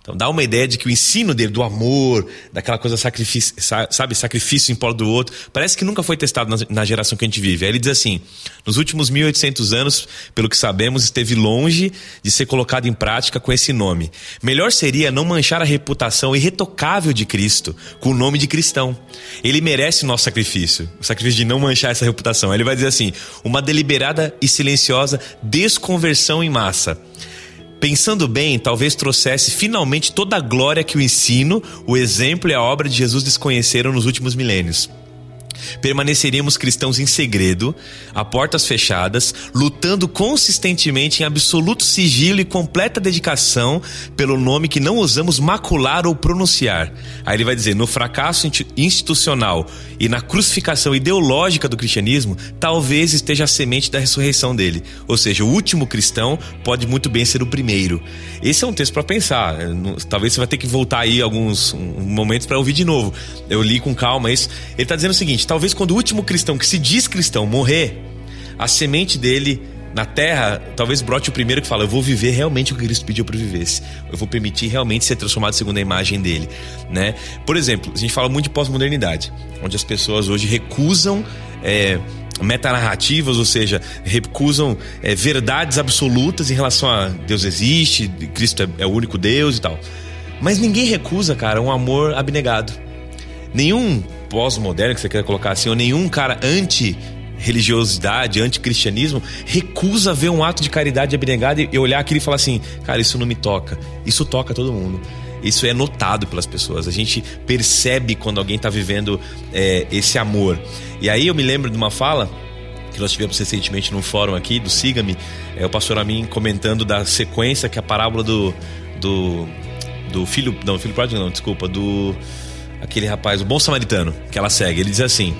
Então dá uma ideia de que o ensino dele, do amor, daquela coisa sacrifício, sabe, sacrifício em prol do outro, parece que nunca foi testado na, na geração que a gente vive. Aí ele diz assim: nos últimos mil e oitocentos anos, pelo que sabemos, esteve longe de ser colocado em prática com esse nome. Melhor seria não manchar a reputação irretocável de Cristo com o nome de cristão. Ele merece o nosso sacrifício, o sacrifício de não manchar essa reputação. Aí ele vai dizer assim: uma deliberada e silenciosa desconversão em massa. Pensando bem, talvez trouxesse finalmente toda a glória que o ensino, o exemplo e a obra de Jesus desconheceram nos últimos milênios. Permaneceríamos cristãos em segredo, a portas fechadas, lutando consistentemente em absoluto sigilo e completa dedicação pelo nome que não ousamos macular ou pronunciar. Aí ele vai dizer: no fracasso institucional e na crucificação ideológica do cristianismo, talvez esteja a semente da ressurreição dele. Ou seja, o último cristão pode muito bem ser o primeiro. Esse é um texto para pensar. Talvez você vai ter que voltar aí alguns momentos para ouvir de novo. Eu li com calma isso. Ele está dizendo o seguinte: talvez quando o último cristão que se diz cristão morrer, a semente dele na terra, talvez brote o primeiro que fala: eu vou viver realmente o que Cristo pediu para eu vivesse. Eu vou permitir realmente ser transformado segundo a imagem dele, né? Por exemplo, a gente fala muito de pós-modernidade, onde as pessoas hoje recusam é, metanarrativas, ou seja, recusam é, verdades absolutas em relação a Deus existe, Cristo é, é o único Deus e tal. Mas ninguém recusa, cara, um amor abnegado. Nenhum pós-moderno, que você quer colocar assim, ou nenhum cara anti-religiosidade, anti-cristianismo, recusa ver um ato de caridade abnegado e olhar aquilo e falar assim: cara, isso não me toca. Isso toca todo mundo. Isso é notado pelas pessoas. A gente percebe quando alguém está vivendo é, esse amor. E aí eu me lembro de uma fala que nós tivemos recentemente num fórum aqui do Siga-me, é, o pastor Amin comentando da sequência que a parábola do do, do filho, não, filho pródigo não, desculpa, do aquele rapaz, o bom samaritano, que ela segue. Ele diz assim: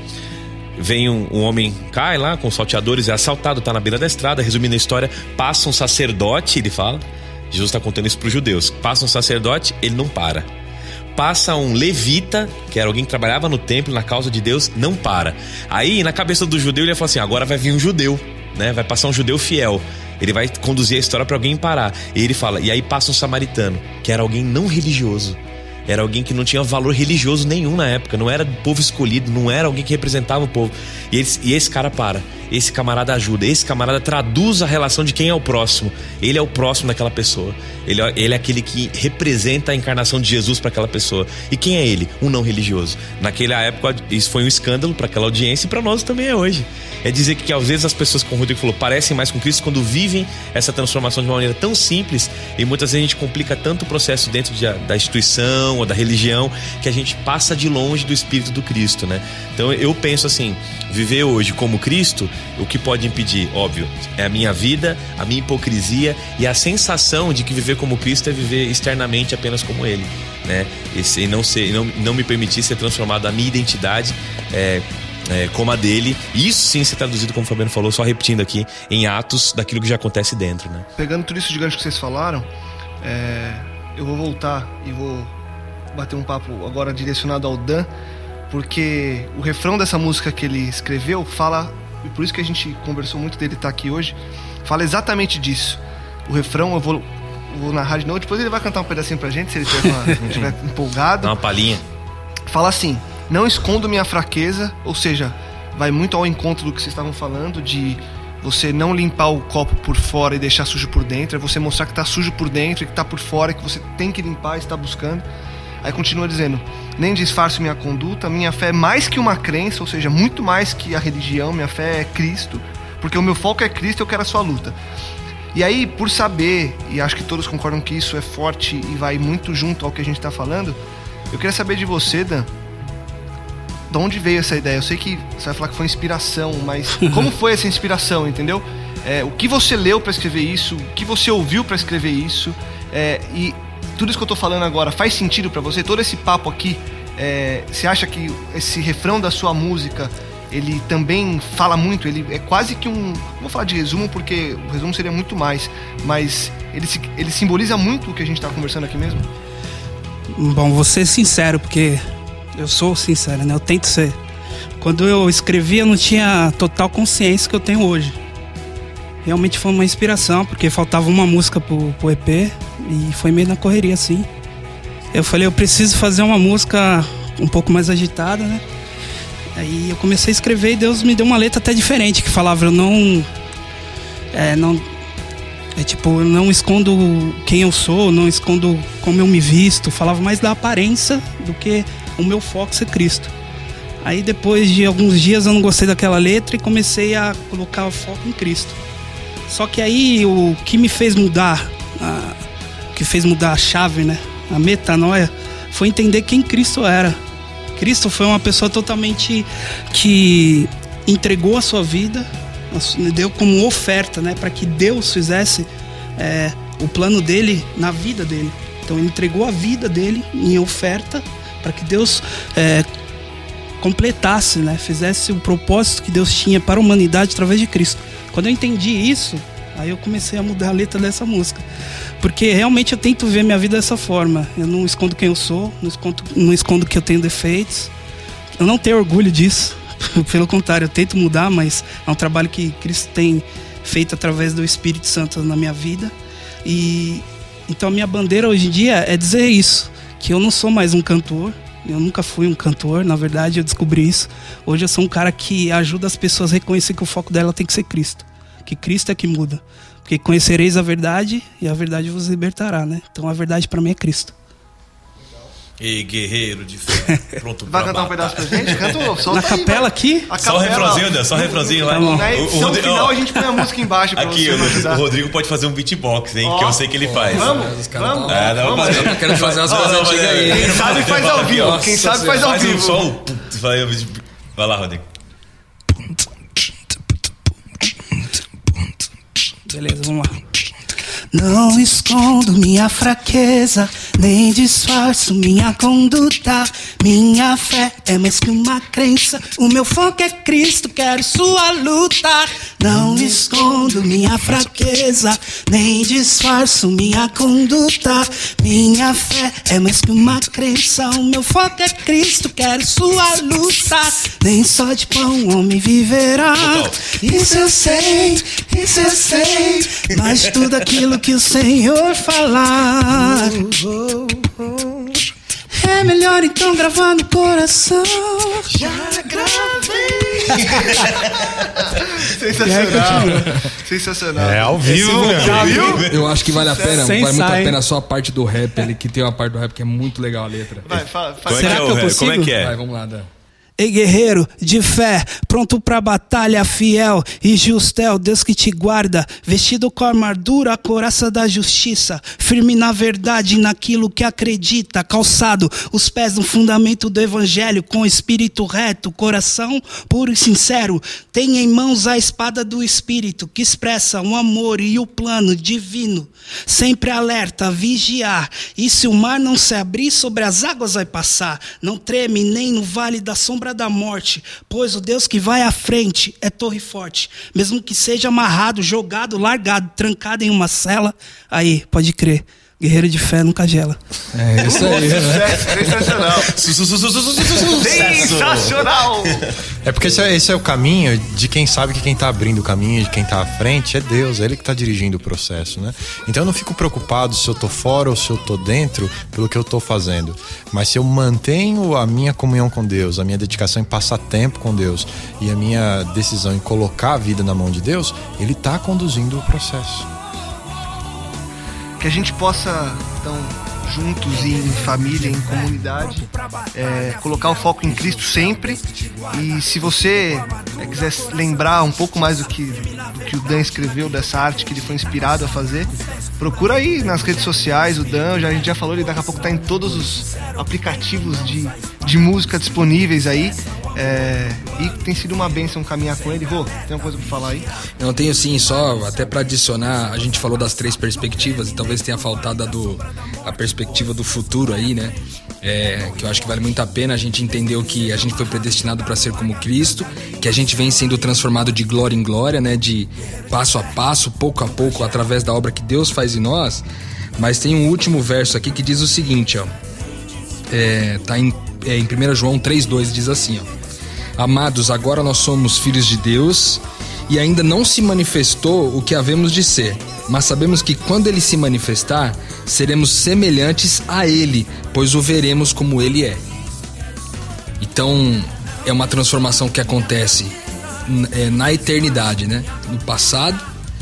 vem um, um homem, cai lá com salteadores, é assaltado, tá na beira da estrada. Resumindo a história, passa um sacerdote, ele fala, Jesus está contando isso para os judeus, passa um sacerdote, ele não para. Passa um levita, que era alguém que trabalhava no templo, na causa de Deus, não para. Aí na cabeça do judeu ele ia falar assim: agora vai vir um judeu, né? Vai passar um judeu fiel, ele vai conduzir a história para alguém parar. E ele fala, e aí passa um samaritano, que era alguém não religioso, era alguém que não tinha valor religioso nenhum na época, não era povo escolhido, não era alguém que representava o povo. E, eles, e esse cara para, esse camarada ajuda, esse camarada traduz a relação de quem é o próximo. Ele é o próximo daquela pessoa, ele, ele é aquele que representa a encarnação de Jesus para aquela pessoa. E quem é ele? Um não religioso. Naquela época isso foi um escândalo para aquela audiência, e para nós também é hoje. É dizer que, que às vezes as pessoas, como o Rodrigo falou, parecem mais com Cristo quando vivem essa transformação de uma maneira tão simples, e muitas vezes a gente complica tanto o processo dentro de, da instituição ou da religião, que a gente passa de longe do Espírito do Cristo, né? Então eu penso assim: viver hoje como Cristo, o que pode impedir? Óbvio, é a minha vida, a minha hipocrisia e a sensação de que viver como Cristo é viver externamente apenas como Ele, né? E não, ser, não, não me permitir ser transformado a minha identidade é, é, como a dele. Isso sim ser traduzido, como o Fabiano falou, só repetindo aqui, em atos daquilo que já acontece dentro, né? Pegando tudo isso de gancho que vocês falaram, é, eu vou voltar e vou bater um papo agora direcionado ao Dan, porque o refrão dessa música que ele escreveu fala, e por isso que a gente conversou muito dele estar aqui hoje, fala exatamente disso. O refrão eu vou, eu vou narrar de novo, depois ele vai cantar um pedacinho pra gente, se ele estiver empolgado. Dá uma palhinha. Fala assim: não escondo minha fraqueza, ou seja, vai muito ao encontro do que vocês estavam falando, de você não limpar o copo por fora e deixar sujo por dentro, é você mostrar que tá sujo por dentro e que tá por fora, que você tem que limpar e está buscando. Aí continua dizendo: nem disfarço minha conduta, minha fé é mais que uma crença, ou seja, muito mais que a religião, minha fé é Cristo, porque o meu foco é Cristo e eu quero a sua luta. E aí, por saber, e acho que todos concordam que isso é forte e vai muito junto ao que a gente está falando, eu queria saber de você, Dan, de onde veio essa ideia? Eu sei que você vai falar que foi inspiração, mas como foi essa inspiração, entendeu? É, o que você leu para escrever isso, o que você ouviu para escrever isso, é, e tudo isso que eu tô falando agora faz sentido pra você? Todo esse papo aqui, é, você acha que esse refrão da sua música, ele também fala muito, ele é quase que um... Não vou falar de resumo, porque o resumo seria muito mais, mas ele, ele simboliza muito o que a gente tá conversando aqui mesmo? Bom, vou ser sincero, porque eu sou sincero, né? Eu tento ser. Quando eu escrevi, eu não tinha total consciência que eu tenho hoje. Realmente foi uma inspiração, porque faltava uma música pro, pro E P, e foi meio na correria, assim. eu falei, eu preciso fazer uma música um pouco mais agitada, né? Aí eu comecei a escrever e Deus me deu uma letra até diferente, que falava, eu não... É, não... É tipo, eu não escondo quem eu sou, não escondo como eu me visto. Falava mais da aparência do que o meu foco ser Cristo. Aí depois de alguns dias eu não gostei daquela letra e comecei a colocar o foco em Cristo. Só que aí o que me fez mudar, a, o que fez mudar a chave, né? A metanoia, foi entender quem Cristo era. Cristo foi uma pessoa totalmente que entregou a sua vida, deu como oferta, né, para que Deus fizesse é, o plano dele na vida dele. Então ele entregou a vida dele em oferta para que Deus é, completasse, né, fizesse o propósito que Deus tinha para a humanidade através de Cristo. Quando eu entendi isso, aí eu comecei a mudar a letra dessa música, porque realmente eu tento ver minha vida dessa forma. Eu não escondo quem eu sou, não escondo, não escondo que eu tenho defeitos. Eu não tenho orgulho disso. Pelo contrário, eu tento mudar, mas é um trabalho que Cristo tem feito através do Espírito Santo na minha vida. E então a minha bandeira hoje em dia é dizer isso, que eu não sou mais um cantor, eu nunca fui um cantor, na verdade eu descobri isso. Hoje eu sou um cara que ajuda as pessoas a reconhecer que o foco dela tem que ser Cristo, que Cristo é que muda, porque conhecereis a verdade e a verdade vos libertará, né? Então a verdade para mim é Cristo. Ei, guerreiro de fé, pronto pra Vai cantar um pedaço pra gente? Canta, solta Na aí, capela vai. aqui? A Só o refrãozinho, Deus, só o refrãozinho lá. Tá bom. Na O- o edição Rodrigo- final ó, a gente põe a música embaixo pra Aqui, você o, ajudar. o Rodrigo pode fazer um beatbox, hein? Ó, que eu sei que ele faz. Vamos, Os caras vamos. tão- Ah, não, vamos. mas- Eu quero fazer umas Não, coisas não, antigas mas- aí. Quem sabe faz ao vivo. Quem sabe faz ao Faz um vivo. só o... Vai, vai lá, Rodrigo. Beleza, vamos lá. Não escondo minha fraqueza, nem disfarço minha conduta. Minha fé é mais que uma crença, o meu foco é Cristo, quero sua luta. Não escondo minha fraqueza, nem disfarço minha conduta. Minha fé é mais que uma crença, o meu foco é Cristo, quero sua luta. Nem só de pão o homem viverá. Isso eu sei, isso eu sei, mas tudo aquilo que o Senhor falar é melhor então gravar no coração. Já gravei. Sensacional. Sensacional. É ao vivo, meu. Viu? Eu acho que vale a pena, Sem vale muito a sai. pena só a parte do rap ali, que tem uma parte do rap que é muito legal a letra. Vai, fala, Como fala. é Será que é, que eu o rap? Como é consigo? que é? Vai, vamos lá, Dan. Ei, guerreiro de fé, pronto pra batalha, fiel e justel, Deus que te guarda, vestido com a armadura, a couraça da justiça, firme na verdade, naquilo que acredita, calçado os pés no fundamento do evangelho, com espírito reto, coração puro e sincero, tem em mãos a espada do espírito, que expressa o amor e o plano divino, sempre alerta, vigiar, e se o mar não se abrir, sobre as águas vai passar, não treme nem no vale da sombra da morte, pois o Deus que vai à frente é torre forte, mesmo que seja amarrado, jogado, largado, trancado em uma cela, aí, pode crer, guerreiro de fé nunca gela. É isso aí, né? Sensacional. Sensacional. É porque esse é, esse é o caminho de quem sabe que quem tá abrindo o caminho, de quem tá à frente, é Deus, é Ele que tá dirigindo o processo, né? Então eu não fico preocupado se eu tô fora ou se eu tô dentro pelo que eu tô fazendo. Mas se eu mantenho a minha comunhão com Deus, a minha dedicação em passar tempo com Deus e a minha decisão em colocar a vida na mão de Deus, Ele tá conduzindo o processo. Que a gente possa, então, juntos e em família, em comunidade, é, colocar o foco em Cristo sempre. E se você é, quiser lembrar um pouco mais do que, do que o Dan escreveu, dessa arte que ele foi inspirado a fazer, procura aí nas redes sociais. O Dan, já, a gente já falou, ele daqui a pouco está em todos os aplicativos de, de música disponíveis aí. É, e tem sido uma bênção caminhar com ele. Rô, tem alguma coisa pra falar aí? Não, tenho sim, só até pra adicionar, a gente falou das três perspectivas e talvez tenha faltado a, do, a perspectiva do futuro aí, né? É, que eu acho que vale muito a pena. A gente entendeu que a gente foi predestinado para ser como Cristo, que a gente vem sendo transformado de glória em glória, né? De passo a passo, pouco a pouco, através da obra que Deus faz em nós. Mas tem um último verso aqui que diz o seguinte, ó. É, tá em, é, em primeiro João três, dois, diz assim, ó: Amados, agora nós somos filhos de Deus e ainda não se manifestou o que havemos de ser. Mas sabemos que quando ele se manifestar, seremos semelhantes a ele, pois o veremos como ele é. Então, é uma transformação que acontece na eternidade, né? No passado,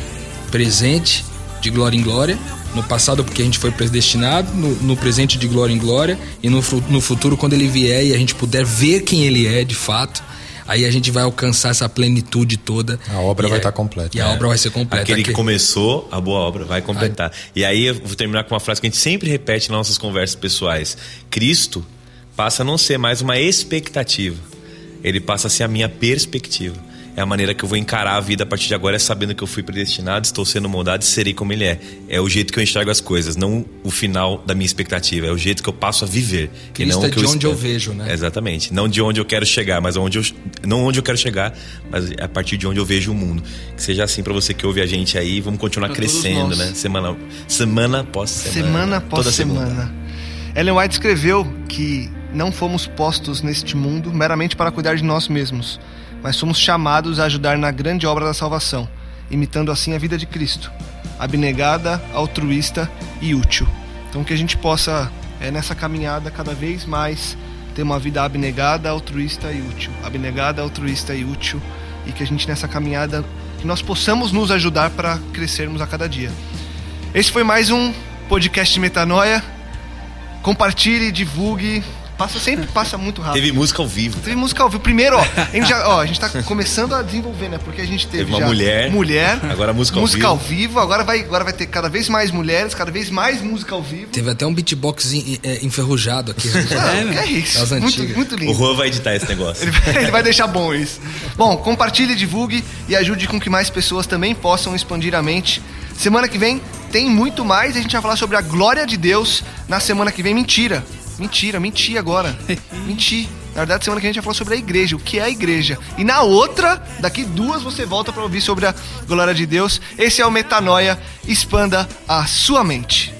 presente, de glória em glória. No passado, porque a gente foi predestinado, no, no presente, de glória em glória, e no, no futuro, quando ele vier e a gente puder ver quem ele é de fato, aí a gente vai alcançar essa plenitude toda. A obra vai é, estar completa. E a é. obra vai ser completa. Aquele Aquele... que começou, a boa obra vai completar. Ai. E aí eu vou terminar com uma frase que a gente sempre repete nas nossas conversas pessoais. Cristo passa a não ser mais uma expectativa. Ele passa a ser a minha perspectiva. É a maneira que eu vou encarar a vida a partir de agora, é sabendo que eu fui predestinado, estou sendo moldado e serei como ele é. É o jeito que eu enxergo as coisas, não o final da minha expectativa. É o jeito que eu passo a viver. Cristo e não é o que de eu onde espero. eu vejo, né? Exatamente. Não de onde eu quero chegar, mas onde eu, não onde eu quero chegar, mas a partir de onde eu vejo o mundo. Que seja assim pra você que ouve a gente aí. Vamos continuar pra crescendo, né? Semana, semana após semana. Semana após toda semana. semana. Ellen White escreveu que não fomos postos neste mundo meramente para cuidar de nós mesmos, mas somos chamados a ajudar na grande obra da salvação, imitando assim a vida de Cristo, abnegada, altruísta e útil. Então que a gente possa, é, nessa caminhada, cada vez mais ter uma vida abnegada, altruísta e útil. Abnegada, altruísta e útil. E que a gente, nessa caminhada, que nós possamos nos ajudar para crescermos a cada dia. Esse foi mais um podcast Metanoia. Compartilhe, divulgue. Passa, sempre passa muito rápido. Teve música ao vivo. Teve música ao vivo. Primeiro, ó, a gente, já, ó, a gente tá começando a desenvolver, né? Porque a gente teve, teve uma já mulher, mulher, agora música, música ao vivo. ao vivo. Agora vai, agora vai ter cada vez mais mulheres, cada vez mais música ao vivo. Teve até um beatbox enferrujado aqui. Não, é, é isso. Das muito, antigas. muito lindo. O Juan vai editar esse negócio. Ele vai, ele vai deixar bom isso. Bom, compartilhe, divulgue e ajude com que mais pessoas também possam expandir a mente. Semana que vem tem muito mais. A gente vai falar sobre a glória de Deus na semana que vem. Mentira. Mentira, menti agora. Menti. Na verdade, semana que vem a gente vai falar sobre a igreja, o que é a igreja. E na outra, daqui duas, você volta para ouvir sobre a glória de Deus. Esse é o Metanoia. Expanda a sua mente.